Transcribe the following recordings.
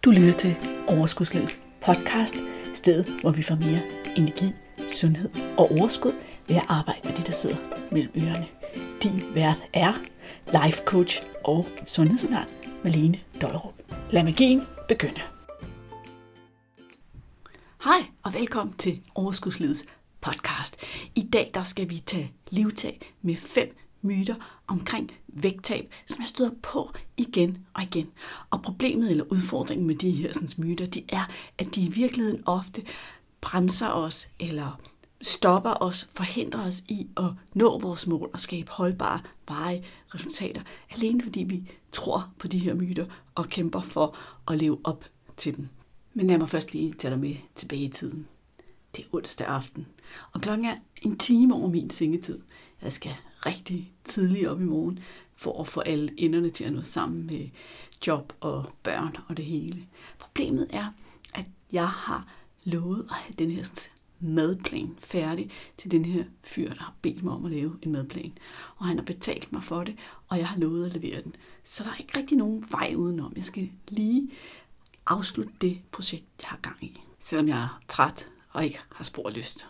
Du lytter til Overskudslivets podcast, stedet hvor vi får mere energi, sundhed og overskud ved at arbejde med det, der sidder mellem ørerne. Din vært er life coach og sundhedsnørd Malene Dollerup. Lad magien begynde. Hej og velkommen til Overskudslivets podcast. I dag der skal vi tage livtag med 5 myter omkring vægttab, som jeg støder på igen og igen. Og problemet eller udfordringen med de her myter, de er, at de i virkeligheden ofte bremser os eller stopper os, forhindrer os i at nå vores mål og skabe holdbare, varige resultater, alene fordi vi tror på de her myter og kæmper for at leve op til dem. Men lad mig først lige tage dig med tilbage i tiden. Det er onsdag aften, og klokken er en time over min sengetid. Jeg skal rigtig tidligt op i morgen for at få alle enderne til at nå sammen med job og børn og det hele. Problemet er, at jeg har lovet at have den her madplan færdig til den her fyr, der har bedt mig om at lave en madplan. Og han har betalt mig for det, og jeg har lovet at levere den. Så der er ikke rigtig nogen vej udenom. Jeg skal lige afslutte det projekt, jeg har gang i. Selvom jeg er træt og ikke har spor lyst.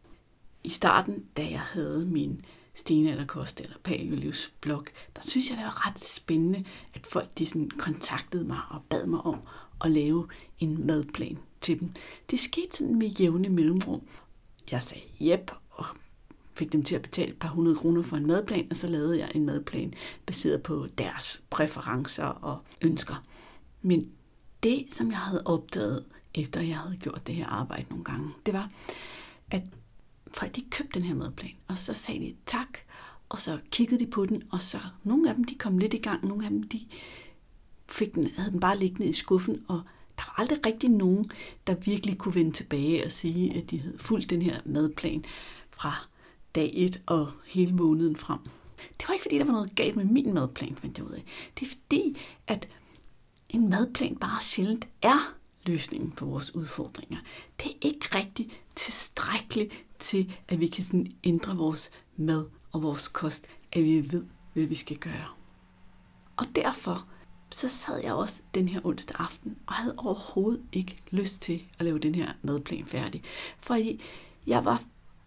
I starten, da jeg havde min stenalderkost eller paleolivsblog, der synes jeg, det var ret spændende, at folk de sådan kontaktede mig og bad mig om at lave en madplan til dem. Det skete sådan med jævne mellemrum. Jeg sagde jep og fik dem til at betale et par 100 kroner for en madplan, og så lavede jeg en madplan baseret på deres præferencer og ønsker. Men det, som jeg havde opdaget, efter jeg havde gjort det her arbejde nogle gange, det var, at folk de købte den her madplan, og så sagde de tak, og så kiggede de på den, og så nogle af dem de kom lidt i gang, nogle af dem de havde den bare liggende i skuffen, og der var aldrig rigtig nogen, der virkelig kunne vende tilbage og sige, at de havde fulgt den her madplan fra dag 1 og hele måneden frem. Det var ikke fordi, der var noget galt med min madplan, fandt jeg ud af. Det er fordi, at en madplan bare sjældent er løsningen på vores udfordringer. Det er ikke rigtig tilstrækkeligt til, at vi kan sådan ændre vores mad og vores kost, at vi ved, hvad vi skal gøre. Og derfor så sad jeg også den her onsdag aften og havde overhovedet ikke lyst til at lave den her madplan færdig. For jeg var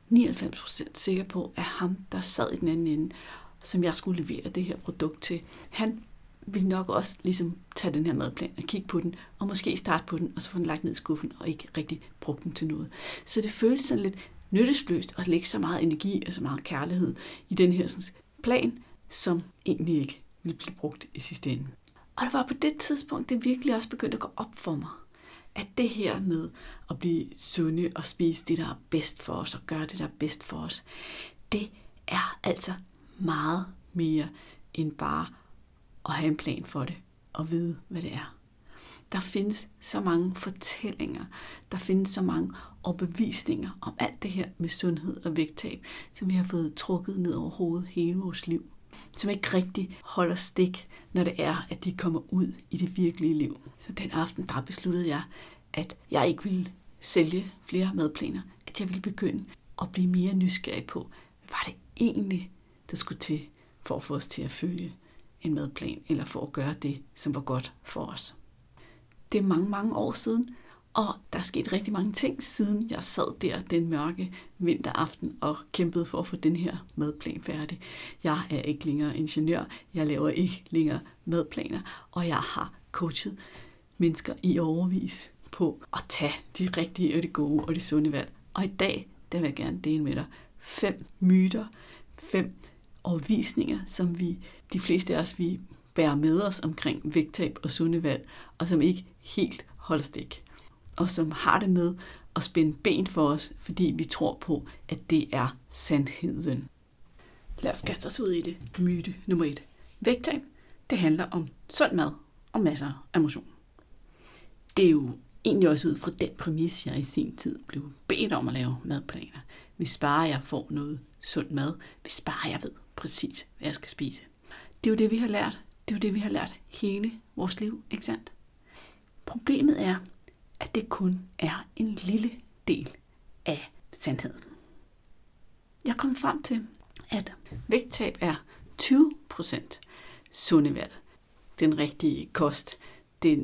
99% sikker på, at ham, der sad i den anden ende, som jeg skulle levere det her produkt til, han ville nok også ligesom tage den her madplan og kigge på den, og måske starte på den, og så få den lagt ned i skuffen, og ikke rigtig bruge den til noget. Så det føltes sådan lidt nyttesløst at lægge så meget energi og så meget kærlighed i den her plan, som egentlig ikke ville blive brugt i sidste ende. Og det var på det tidspunkt, det virkelig også begyndte at gå op for mig, at det her med at blive sunde og spise det, der er bedst for os, og gøre det, der er bedst for os, det er altså meget mere end bare at have en plan for det og vide, hvad det er. Der findes så mange fortællinger, der findes så mange overbevisninger om alt det her med sundhed og vægttab, som vi har fået trukket ned over hovedet hele vores liv, som ikke rigtig holder stik, når det er, at de kommer ud i det virkelige liv. Så den aften, der besluttede jeg, at jeg ikke ville sælge flere madplaner, at jeg ville begynde at blive mere nysgerrig på, hvad var det egentlig, der skulle til for at få os til at følge en madplan, eller for at gøre det, som var godt for os. Det er mange, mange år siden, og der er sket rigtig mange ting, siden jeg sad der den mørke vinteraften og kæmpede for at få den her madplan færdig. Jeg er ikke længere ingeniør, jeg laver ikke længere madplaner, og jeg har coachet mennesker i årevis på at tage de rigtige og de gode og de sunde valg. Og i dag, der vil jeg gerne dele med dig 5 myter, 5 overbevisninger, som de fleste af os, vi bærer med os omkring vægttab og sunde valg, og som ikke helt holder stik. Og som har det med at spænde ben for os, fordi vi tror på, at det er sandheden. Lad os kaste os ud i det. Myte nummer 1. Vægttab, det handler om sund mad og masser af motion. Det er jo egentlig også ud fra den præmis, jeg i sin tid blev bedt om at lave madplaner. Hvis bare jeg får noget sund mad, hvis bare jeg ved præcis, hvad jeg skal spise. Det er jo det, vi har lært. Det er jo det, vi har lært hele vores liv, ikke sandt? Problemet er, at det kun er en lille del af sandheden. Jeg kom frem til, at vægttab er 20% sunde valg. Den rigtige kost, den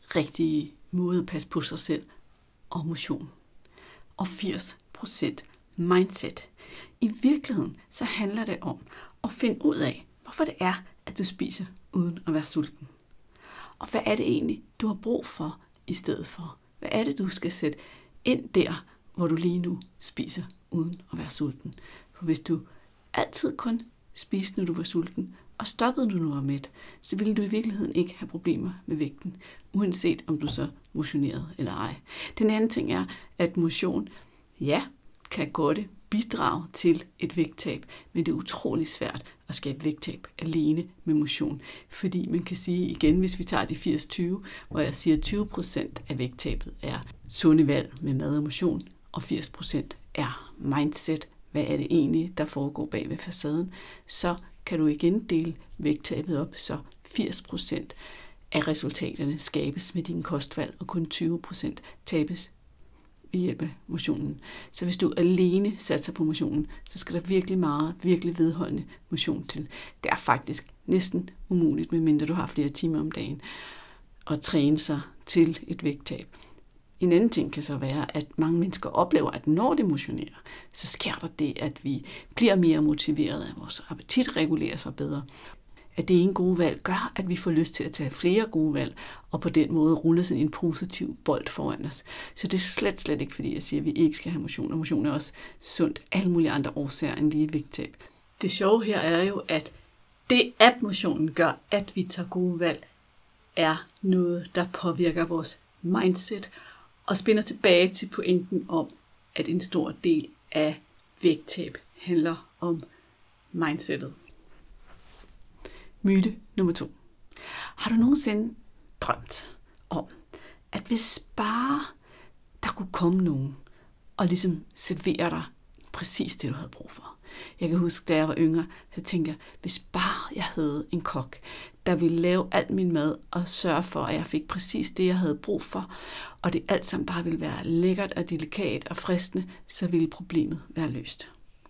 rigtige måde at passe på sig selv og motion. Og 80% mindset. I virkeligheden så handler det om at finde ud af, hvorfor det er, at du spiser uden at være sulten. Og hvad er det egentlig, du har brug for i stedet for? Hvad er det, du skal sætte ind der, hvor du lige nu spiser uden at være sulten? For hvis du altid kun spiste, når du var sulten, og stoppede, når du var mæt, så ville du i virkeligheden ikke have problemer med vægten, uanset om du så motionerede eller ej. Den anden ting er, at motion, kan godt bidrage til et vægttab, men det er utrolig svært at skabe vægttab alene med motion. Fordi man kan sige igen, hvis vi tager de 80-20, hvor jeg siger, at 20% af vægttabet er sunde valg med mad og motion, og 80% er mindset. Hvad er det egentlig, der foregår bag ved facaden? Så kan du igen dele vægttabet op, så 80% af resultaterne skabes med dine kostvalg, og kun 20% tabes ved hjælp af motionen. Så hvis du alene satser på motionen, så skal der virkelig vedholdende motion til. Det er faktisk næsten umuligt, medmindre du har flere timer om dagen, at træne sig til et vægttab. En anden ting kan så være, at mange mennesker oplever, at når de motionerer, så sker der det, at vi bliver mere motiveret, at vores appetit regulerer sig bedre. At det ene gode valg gør, at vi får lyst til at tage flere gode valg, og på den måde rulle sådan en positiv bold foran os. Så det er slet ikke, fordi jeg siger, at vi ikke skal have motion, og motion er også sundt alle mulige andre årsager end lige vægttab. Det sjove her er jo, at det, at motionen gør, at vi tager gode valg, er noget, der påvirker vores mindset, og spænder tilbage til pointen om, at en stor del af vægttab handler om mindsetet. Myte nummer 2. Har du nogensinde drømt om, at hvis bare der kunne komme nogen og ligesom servere dig præcis det, du havde brug for? Jeg kan huske, da jeg var yngre, så tænkte jeg, hvis bare jeg havde en kok, der ville lave alt min mad og sørge for, at jeg fik præcis det, jeg havde brug for, og det alt sammen bare ville være lækkert og delikat og fristende, så ville problemet være løst.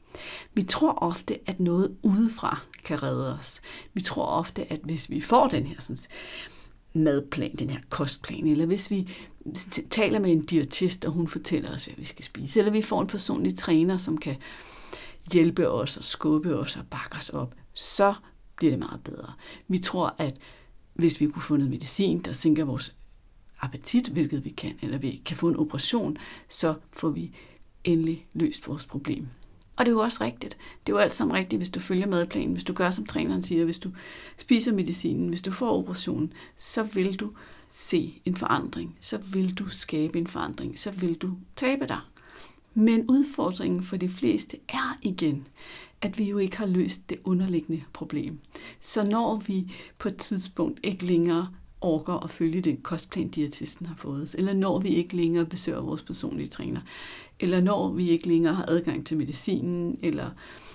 Vi tror ofte, at noget udefra kan redde os. Vi tror ofte, at hvis vi får den her sådan, madplan, den her kostplan, eller hvis vi taler med en diætist, og hun fortæller os, hvad vi skal spise, eller vi får en personlig træner, som kan hjælpe os og skubbe os og bakke os op, så bliver det meget bedre. Vi tror, at hvis vi kunne få noget medicin, der sænker vores appetit, hvilket vi kan, eller vi kan få en operation, så får vi endelig løst vores problem. Og det er jo også rigtigt. Det er jo alt sammen rigtigt, hvis du følger madplanen, hvis du gør, som træneren siger, hvis du spiser medicinen, hvis du får operationen, så vil du se en forandring, så vil du skabe en forandring, så vil du tabe dig. Men udfordringen for de fleste er igen, at vi jo ikke har løst det underliggende problem. Så når vi på et tidspunkt ikke længere orker at følge den kostplan, diætisten har fået os, eller når vi ikke længere besøger vores personlige træner, eller når vi ikke længere har adgang til medicinen, eller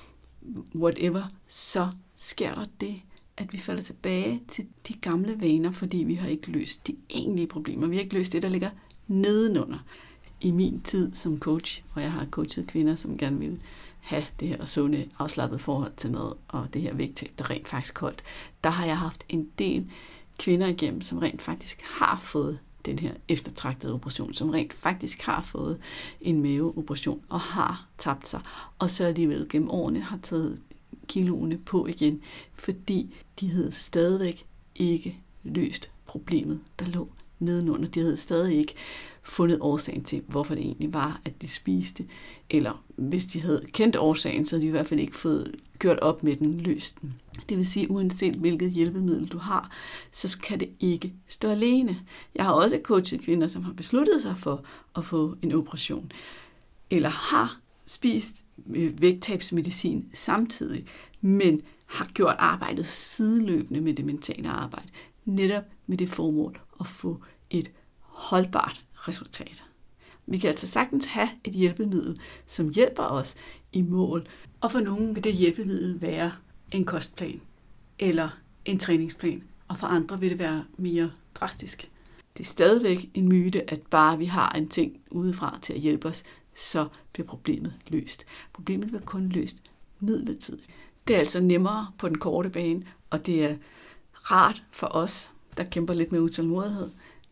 whatever, så sker der det, at vi falder tilbage til de gamle vaner, fordi vi har ikke løst de egentlige problemer. Vi har ikke løst det, der ligger nedenunder. I min tid som coach, hvor jeg har coachet kvinder, som gerne vil have det her sunde, afslappet forhold til mad, og det her vægttab, der rent faktisk holdt, der har jeg haft en del kvinder igennem, som rent faktisk har fået den her eftertragtede operation, som rent faktisk har fået en maveoperation og har tabt sig, og så alligevel gennem årene har taget kiloene på igen, fordi de havde stadigvæk ikke løst problemet, der lå nedenunder. De havde stadig ikke fundet årsagen til, hvorfor det egentlig var, at de spiste, eller hvis de havde kendt årsagen, så havde de i hvert fald ikke fået gjort op med den, løst den. Det vil sige, uanset hvilket hjælpemiddel du har, så kan det ikke stå alene. Jeg har også coachet kvinder, som har besluttet sig for at få en operation, eller har spist vægttabsmedicin samtidig, men har gjort arbejdet sideløbende med det mentale arbejde, netop med det formål at få et holdbart resultat. Vi kan altså sagtens have et hjælpemiddel, som hjælper os i mål, og for nogen vil det hjælpemiddel være en kostplan eller en træningsplan, og for andre vil det være mere drastisk. Det er stadigvæk en myte, at bare vi har en ting udefra til at hjælpe os, så bliver problemet løst. Problemet bliver kun løst midlertidigt. Det er altså nemmere på den korte bane, og det er rart for os, der kæmper lidt med utålmodighed,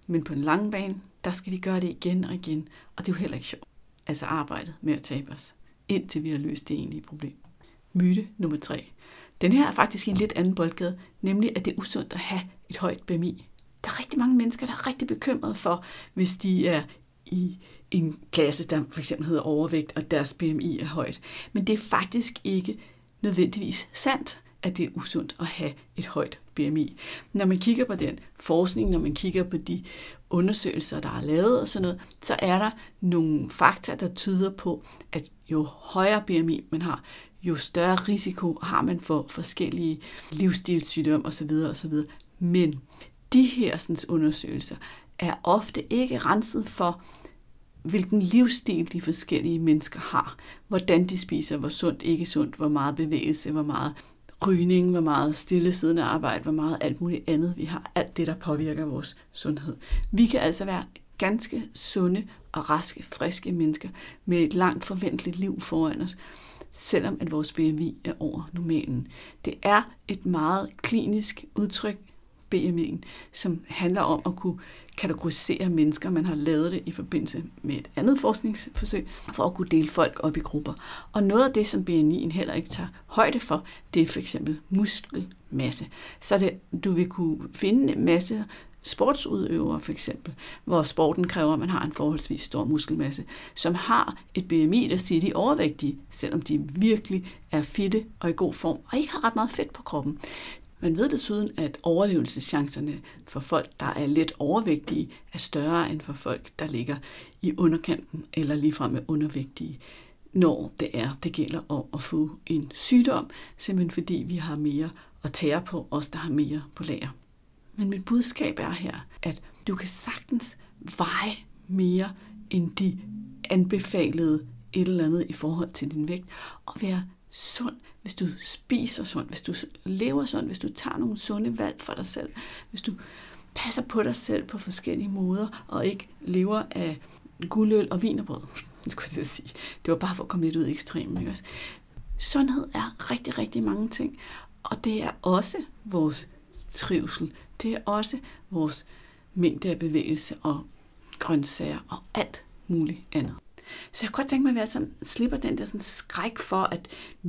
Men på en lang bane, der skal vi gøre det igen og igen, og det er jo heller ikke sjovt. Altså arbejdet med at tabe os, indtil vi har løst det egentlige problem. Myte nummer 3. Den her er faktisk i en lidt anden boldgade, nemlig at det er usundt at have et højt BMI. Der er rigtig mange mennesker, der er rigtig bekymrede for, hvis de er i en klasse, der for eksempel hedder overvægt, og deres BMI er højt. Men det er faktisk ikke nødvendigvis sandt, at det er usundt at have et højt BMI. Når man kigger på den forskning, når man kigger på de undersøgelser, der er lavet og sådan noget, så er der nogle fakta, der tyder på, at jo højere BMI man har, jo større risiko har man for forskellige livsstilssygdomme osv. osv. Men de her undersøgelser er ofte ikke renset for, hvilken livsstil de forskellige mennesker har. Hvordan de spiser, hvor sundt, ikke sundt, hvor meget bevægelse, hvor meget rygning, hvor meget stillesiddende arbejde, hvor meget alt muligt andet vi har. Alt det, der påvirker vores sundhed. Vi kan altså være ganske sunde og raske, friske mennesker med et langt forventeligt liv foran os, selvom at vores BMI er over normalen. Det er et meget klinisk udtryk, BMI'en, som handler om at kunne kategorisere mennesker. Man har lavet det i forbindelse med et andet forskningsforsøg, for at kunne dele folk op i grupper. Og noget af det, som BMI'en heller ikke tager højde for, det er for eksempel muskelmasse. Så du vil kunne finde en masse sportsudøvere for eksempel, hvor sporten kræver, at man har en forholdsvis stor muskelmasse, som har et BMI, der siger, de er overvægtige, selvom de virkelig er fitte og i god form, og ikke har ret meget fedt på kroppen. Man ved desuden, at overlevelseschancerne for folk, der er lidt overvægtige, er større end for folk, der ligger i underkanten eller ligefrem er undervægtige, når det gælder om at få en sygdom, simpelthen fordi vi har mere at tære på, os der har mere på lager. Men mit budskab er her, at du kan sagtens veje mere end de anbefalede et eller andet i forhold til din vægt, og være sund, hvis du spiser sundt, hvis du lever sundt, hvis du tager nogle sunde valg for dig selv, hvis du passer på dig selv på forskellige måder, og ikke lever af guldøl og wienerbrød, skulle jeg sige. Det var bare for at komme lidt ud i ekstremen, ikke også? Sundhed er rigtig, rigtig mange ting, og det er også vores trivsel. Det er også vores mængde af bevægelse og grøntsager og alt muligt andet. Så jeg kunne godt tænke mig, at vi altså slipper den der skræk for, at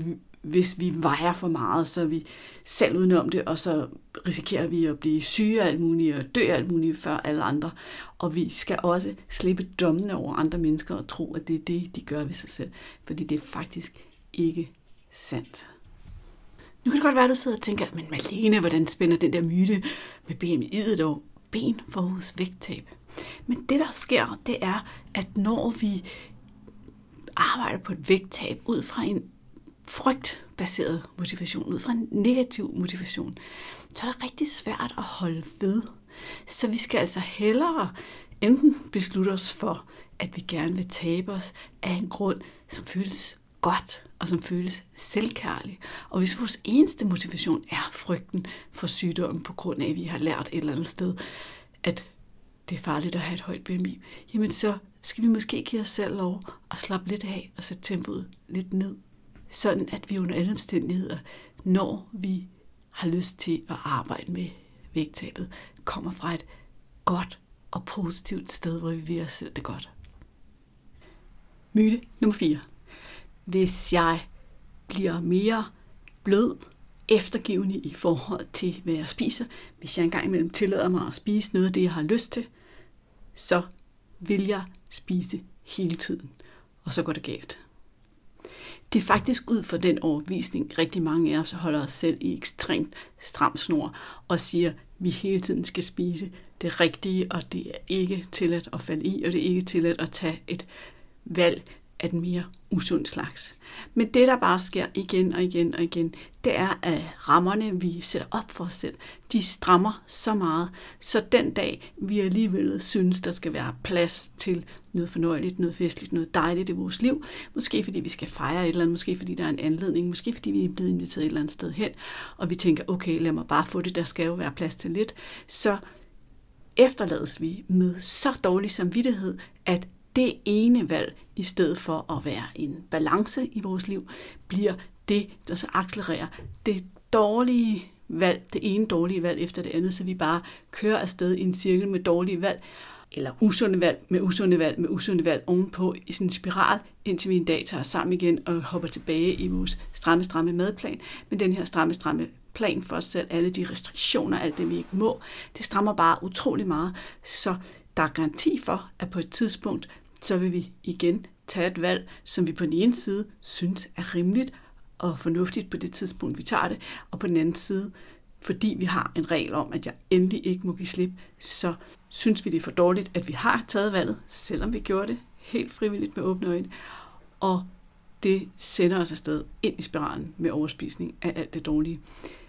hvis vi vejer for meget, så er vi selv udenom det, og så risikerer vi at blive syge af alt muligt og dø af alt muligt før alle andre. Og vi skal også slippe dommene over andre mennesker og tro, at det er det, de gør ved sig selv. Fordi det er faktisk ikke sandt. Nu kan det godt være, at du sidder og tænker, men Malene, hvordan spænder den der myte med BMI'et dog ben for hos vægttab? Men det, der sker, det er, at når vi arbejder på et vægttab ud fra en frygtbaseret motivation, ud fra en negativ motivation, så er det rigtig svært at holde ved. Så vi skal altså hellere enten beslutte os for, at vi gerne vil tabe os af en grund, som føles godt og som føles selvkærlig. Og hvis vores eneste motivation er frygten for sygdommen på grund af, at vi har lært et eller andet sted, at det er farligt at have et højt BMI, jamen så skal vi måske give os selv lov at slappe lidt af og sætte tempoet lidt ned. Sådan at vi under alle omstændigheder, når vi har lyst til at arbejde med vægttabet, kommer fra et godt og positivt sted, hvor vi vil os selv det godt. Myte nummer 4. Hvis jeg bliver mere blød, eftergivende i forhold til, hvad jeg spiser, hvis jeg engang imellem tillader mig at spise noget af det, jeg har lyst til, så vil jeg spise hele tiden, og så går det galt. Det er faktisk ud fra den overbevisning, rigtig mange af os holder os selv i ekstremt stram snor og siger, at vi hele tiden skal spise det rigtige, og det er ikke tilladt at falde i, og det er ikke tilladt at tage et valg af den mere usund slags. Men det, der bare sker igen og igen og igen, det er, at rammerne, vi sætter op for os selv, de strammer så meget, så den dag, vi alligevel synes, der skal være plads til noget fornøjeligt, noget festligt, noget dejligt i vores liv, måske fordi vi skal fejre et eller andet, måske fordi der er en anledning, måske fordi vi er blevet inviteret et eller andet sted hen, og vi tænker, okay, lad mig bare få det, der skal jo være plads til lidt, så efterlades vi med så dårlig samvittighed, at det ene valg, i stedet for at være en balance i vores liv, bliver det, der så accelererer det dårlige valg, det ene dårlige valg efter det andet, så vi bare kører afsted i en cirkel med dårlige valg, eller usunde valg med usunde valg ovenpå i sådan en spiral, indtil vi en dag tager os sammen igen og hopper tilbage i vores stramme madplan. Men den her stramme plan for os selv, alle de restriktioner, alt det vi ikke må, det strammer bare utrolig meget, så der er garanti for, at på et tidspunkt, så vil vi igen tage et valg, som vi på den ene side synes er rimeligt og fornuftigt på det tidspunkt, vi tager det, og på den anden side, fordi vi har en regel om, at jeg endelig ikke må give slip, så synes vi, det er for dårligt, at vi har taget valget, selvom vi gjorde det helt frivilligt med åbne øjne, og det sender os afsted ind i spiralen med overspisning af alt det dårlige.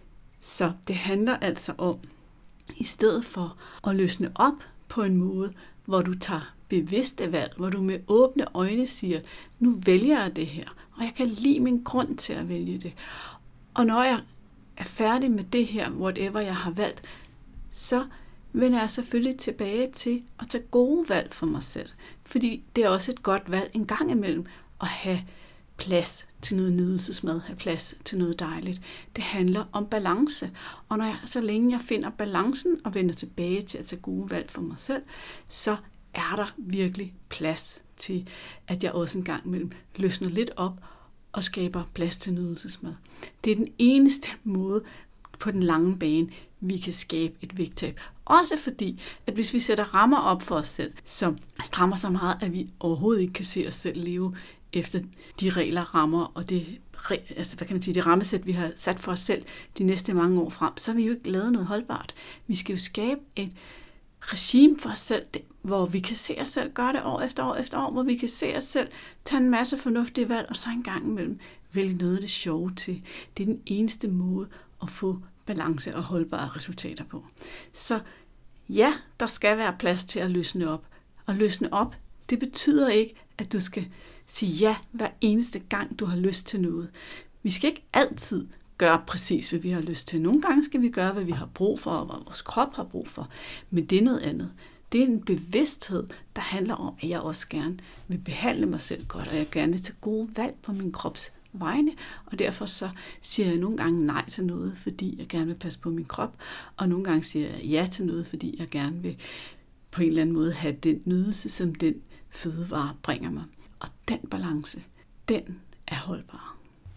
Så det handler altså om, i stedet for at løsne op på en måde, hvor du tager bevidste valg, hvor du med åbne øjne siger, nu vælger jeg det her, og jeg kan lide min grund til at vælge det. Og når jeg er færdig med det her, whatever jeg har valgt, så vender jeg selvfølgelig tilbage til at tage gode valg for mig selv. Fordi det er også et godt valg en gang imellem at have plads til noget nydelsesmad, have plads til noget dejligt. Det handler om balance. Og så længe jeg finder balancen og vender tilbage til at tage gode valg for mig selv, så er der virkelig plads til, at jeg også en gang imellem løsner lidt op og skaber plads til nydelsesmad. Det er den eneste måde på den lange bane, vi kan skabe et vægttab. Også fordi, at hvis vi sætter rammer op for os selv, som strammer så meget, at vi overhovedet ikke kan se os selv leve efter de regler, rammer og det rammesæt, vi har sat for os selv de næste mange år frem, så har vi jo ikke lavet noget holdbart. Vi skal jo skabe et regime for os selv, hvor vi kan se os selv gøre det år efter år, hvor vi kan se os selv tage en masse fornuftige valg, og så en gang imellem vælge noget af det sjove til. Det er den eneste måde at få balance og holdbare resultater på. Så ja, der skal være plads til at løsne op. Og løsne op, det betyder ikke, at du skal sige ja hver eneste gang, du har lyst til noget. Vi skal ikke altid gøre præcis, hvad vi har lyst til. Nogle gange skal vi gøre, hvad vi har brug for, og hvad vores krop har brug for. Men det er noget andet. Det er en bevidsthed, der handler om, at jeg også gerne vil behandle mig selv godt, og jeg gerne vil tage gode valg på min krops vegne, og derfor så siger jeg nogle gange nej til noget, fordi jeg gerne vil passe på min krop, og nogle gange siger jeg ja til noget, fordi jeg gerne vil på en eller anden måde have den nydelse, som den fødevare bringer mig. Og den balance, den er holdbar.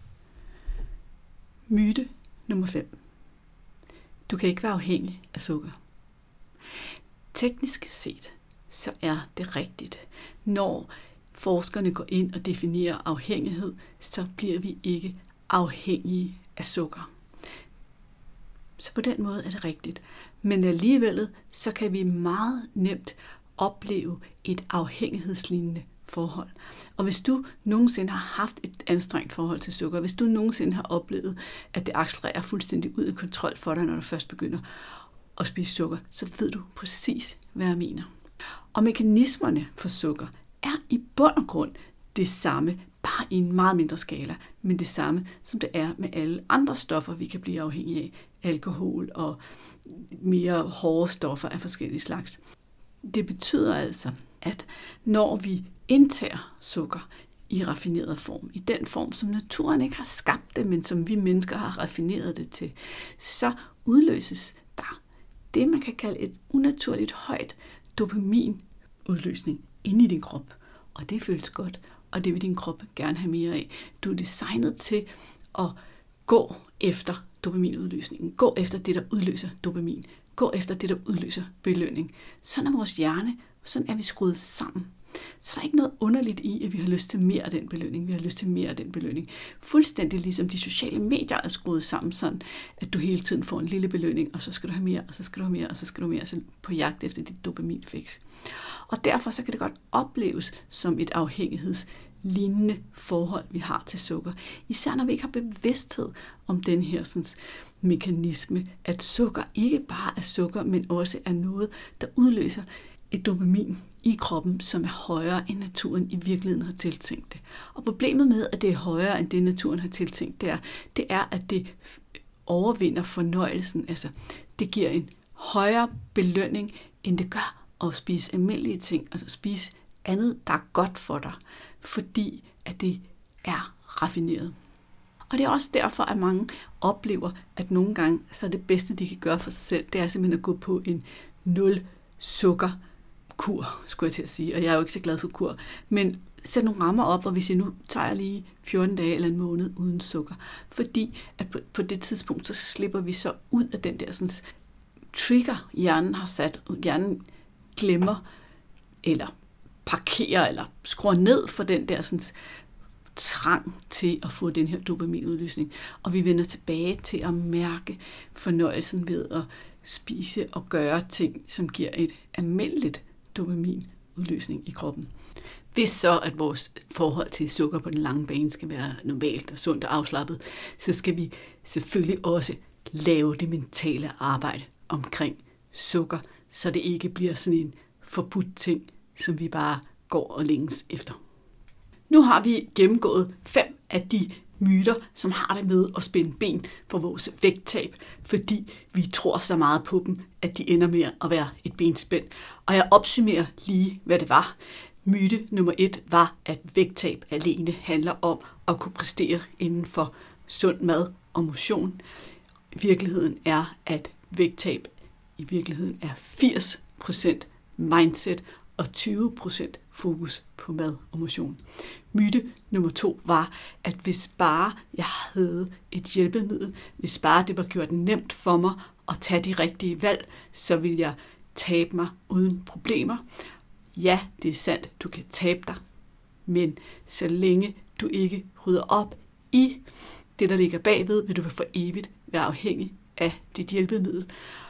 Myte nummer 5. Du kan ikke være afhængig af sukker. Teknisk set, så er det rigtigt. Når forskerne går ind og definerer afhængighed, så bliver vi ikke afhængige af sukker. Så på den måde er det rigtigt. Men alligevel, så kan vi meget nemt opleve et afhængighedslignende forhold. Og hvis du nogensinde har haft et anstrengt forhold til sukker, hvis du nogensinde har oplevet, at det accelererer fuldstændig ud af kontrol for dig, når du først begynder at spise sukker, så ved du præcis, hvad jeg mener. Og mekanismerne for sukker er i bund og grund det samme, bare i en meget mindre skala, men det samme, som det er med alle andre stoffer, vi kan blive afhængige af. Alkohol og mere hårde stoffer af forskellige slags. Det betyder altså, at når vi indtager sukker i raffineret form, i den form, som naturen ikke har skabt det, men som vi mennesker har raffineret det til, så udløses der det, man kan kalde et unaturligt højt dopaminudløsning inde i din krop. Og det føles godt, og det vil din krop gerne have mere af. Du er designet til at gå efter dopaminudløsningen. Gå efter det, der udløser dopamin. Gå efter det, der udløser belønning. Sådan er vores hjerne, sådan er vi skruet sammen. Så der er ikke noget underligt i, at vi har lyst til mere af den belønning. Vi har lyst til mere af den belønning. Fuldstændig ligesom de sociale medier er skruet sammen sådan, at du hele tiden får en lille belønning, og så skal du have mere, og så skal du have mere, og så skal du have mere, så på jagt efter dit dopaminfix. Og derfor så kan det godt opleves som et afhængighedslignende forhold, vi har til sukker. Især når vi ikke har bevidsthed om den her sådan, mekanisme, at sukker ikke bare er sukker, men også er noget, der udløser et dopamin i kroppen, som er højere end naturen i virkeligheden har tiltænkt det. Og problemet med, at det er højere end det, naturen har tiltænkt, det er, at det overvinder fornøjelsen. Altså, det giver en højere belønning, end det gør at spise almindelige ting, altså spise andet, der er godt for dig, fordi at det er raffineret. Og det er også derfor, at mange oplever, at nogle gange, så det bedste, de kan gøre for sig selv, det er simpelthen at gå på en 0 sukkerkur, skulle jeg til at sige. Og jeg er jo ikke så glad for kur. Men sæt nogle rammer op, og hvis jeg nu tager lige 14 dage eller en måned uden sukker. Fordi at på det tidspunkt, så slipper vi så ud af den der sådan, trigger, hjernen har sat. Hjernen glemmer, eller parkerer, eller skruer ned for den der sådan, trang til at få den her dopaminudløsning. Og vi vender tilbage til at mærke fornøjelsen ved at spise og gøre ting, som giver et almindeligt dopaminudløsning i kroppen. Hvis så, at vores forhold til sukker på den lange bane skal være normalt og sundt og afslappet, så skal vi selvfølgelig også lave det mentale arbejde omkring sukker, så det ikke bliver sådan en forbudt ting, som vi bare går og længes efter. Nu har vi gennemgået 5 af de myter, som har det med at spænde ben for vores vægttab, fordi vi tror så meget på dem, at de ender med at være et benspænd. Og jeg opsummerer lige, hvad det var. Myte nummer 1 var, at vægttab alene handler om at kunne præstere inden for sund mad og motion. Virkeligheden er, at vægttab i virkeligheden er 80% mindset og 20% fokus på mad og motion. Myte nummer 2 var, at hvis bare jeg havde et hjælpemiddel, hvis bare det var gjort nemt for mig at tage de rigtige valg, så ville jeg tabe mig uden problemer. Ja, det er sandt, du kan tabe dig, men så længe du ikke rydder op i det, der ligger bagved, vil du for evigt være afhængig af dit hjælpemiddel.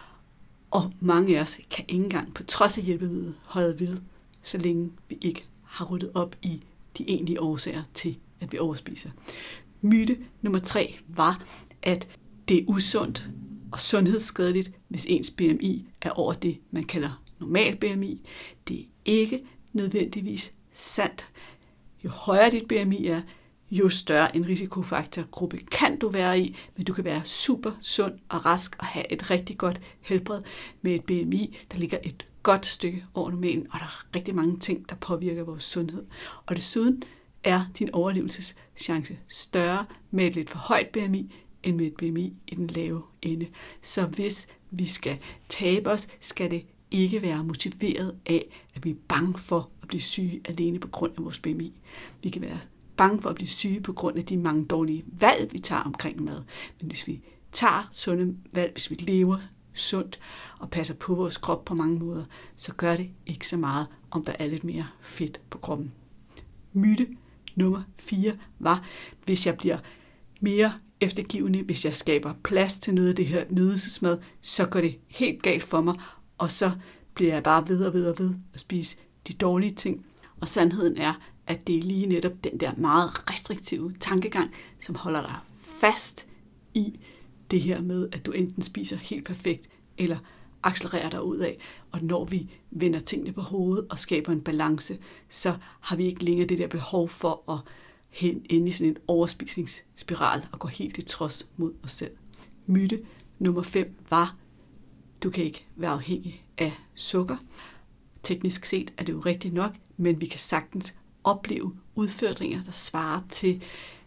Og mange af os kan ikke engang på trods af hjælpemidlet holde ved, så længe vi ikke har ryddet op i de egentlige årsager til, at vi overspiser. Myte nummer 3 var, at det er usundt og sundhedsskadeligt, hvis ens BMI er over det, man kalder normal BMI. Det er ikke nødvendigvis sandt. Jo højere dit BMI er, jo større en risikofaktorgruppe kan du være i, men du kan være super sund og rask og have et rigtig godt helbred med et BMI, der ligger et godt stykke over normalen, og der er rigtig mange ting, der påvirker vores sundhed. Og desuden er din overlevelseschance større med et lidt for højt BMI, end med et BMI i den lave ende. Så hvis vi skal tabe os, skal det ikke være motiveret af, at vi er bange for at blive syge alene på grund af vores BMI. Vi kan være bange for at blive syge på grund af de mange dårlige valg, vi tager omkring mad. Men hvis vi tager sunde valg, hvis vi lever sundt og passer på vores krop på mange måder, så gør det ikke så meget, om der er lidt mere fedt på kroppen. Myte nummer 4 var, hvis jeg bliver mere eftergivende, hvis jeg skaber plads til noget af det her nydelsesmad, så går det helt galt for mig, og så bliver jeg bare ved at spise de dårlige ting. Og sandheden er, at det er lige netop den der meget restriktive tankegang, som holder dig fast i det her med, at du enten spiser helt perfekt, eller accelererer dig ud af. Og når vi vender tingene på hovedet og skaber en balance, så har vi ikke længere det der behov for at ende i sådan en overspisningsspiral og gå helt i trods mod os selv. Myte nummer 5 var, du kan ikke være afhængig af sukker. Teknisk set er det jo rigtigt nok, men vi kan sagtens opleve udfordringer, der svarer til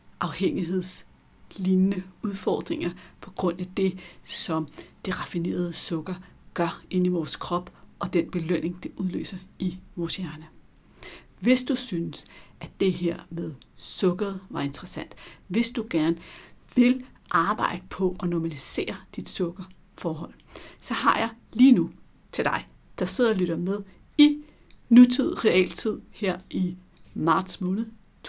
afhængighedslignende udfordringer på grund af det, som det raffinerede sukker gør inde i vores krop, og den belønning, det udløser i vores hjerne. Hvis du synes, at det her med sukkeret var interessant, hvis du gerne vil arbejde på at normalisere dit sukkerforhold, så har jeg lige nu til dig, der sidder og lytter med i nutid, realtid her i marts måned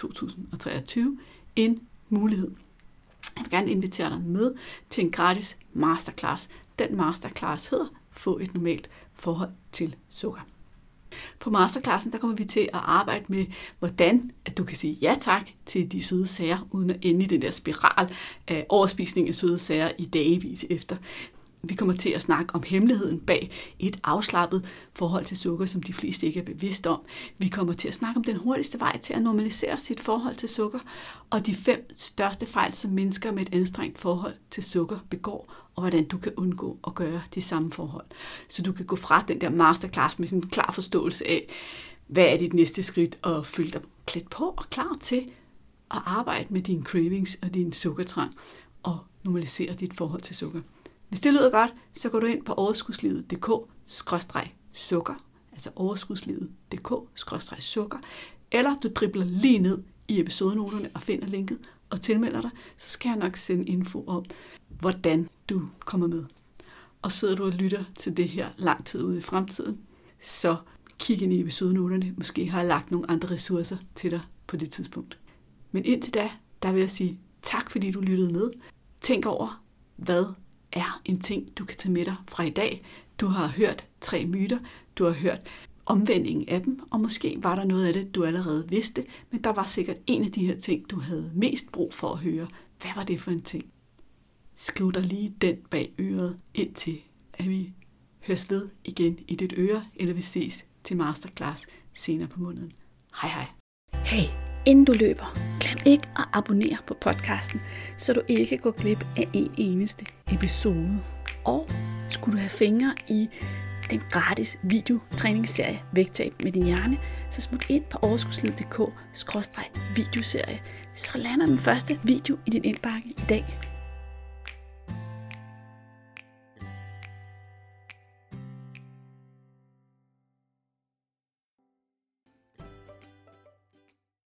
2023, en mulighed. Jeg vil gerne invitere dig med til en gratis masterclass. Den masterclass hedder Få et normalt forhold til sukker. På masterclassen der kommer vi til at arbejde med, hvordan at du kan sige ja tak til de søde sager, uden at ende i den der spiral af overspisning af søde sager i dagevis efter. Vi kommer til at snakke om hemmeligheden bag et afslappet forhold til sukker, som de fleste ikke er bevidst om. Vi kommer til at snakke om den hurtigste vej til at normalisere sit forhold til sukker, og de 5 største fejl, som mennesker med et anstrengt forhold til sukker begår, og hvordan du kan undgå at gøre de samme forhold. Så du kan gå fra den der masterclass med sådan en klar forståelse af, hvad er dit næste skridt, og føle dig klædt på og klar til at arbejde med dine cravings og din sukkertrang og normalisere dit forhold til sukker. Hvis det lyder godt, så går du ind på overskudslivet.dk/sukker, altså overskudslivet.dk/sukker, eller du dribler lige ned i episodenoterne og finder linket og tilmelder dig, så skal jeg nok sende info om, hvordan du kommer med. Og sidder du og lytter til det her lang tid ude i fremtiden, så kig ind i episodenoterne. Måske har jeg lagt nogle andre ressourcer til dig på det tidspunkt. Men indtil da, der vil jeg sige tak, fordi du lyttede med. Tænk over, hvad er en ting, du kan tage med dig fra i dag. Du har hørt 3 myter, du har hørt omvendingen af dem, og måske var der noget af det, du allerede vidste, men der var sikkert en af de her ting, du havde mest brug for at høre. Hvad var det for en ting? Skriv dig lige den bag øret, indtil at vi høres ved igen i dit øre, eller vi ses til masterclass senere på måneden. Hej hej. Hey, inden du løber, glem ikke at abonnere på podcasten, så du ikke går glip af en eneste episode. Og skulle du have fingre i den gratis videotræningsserie Vægtab med din hjerne, så smut ind på overskudslivet.dk/videoserie, så lander den første video i din indbakke i dag.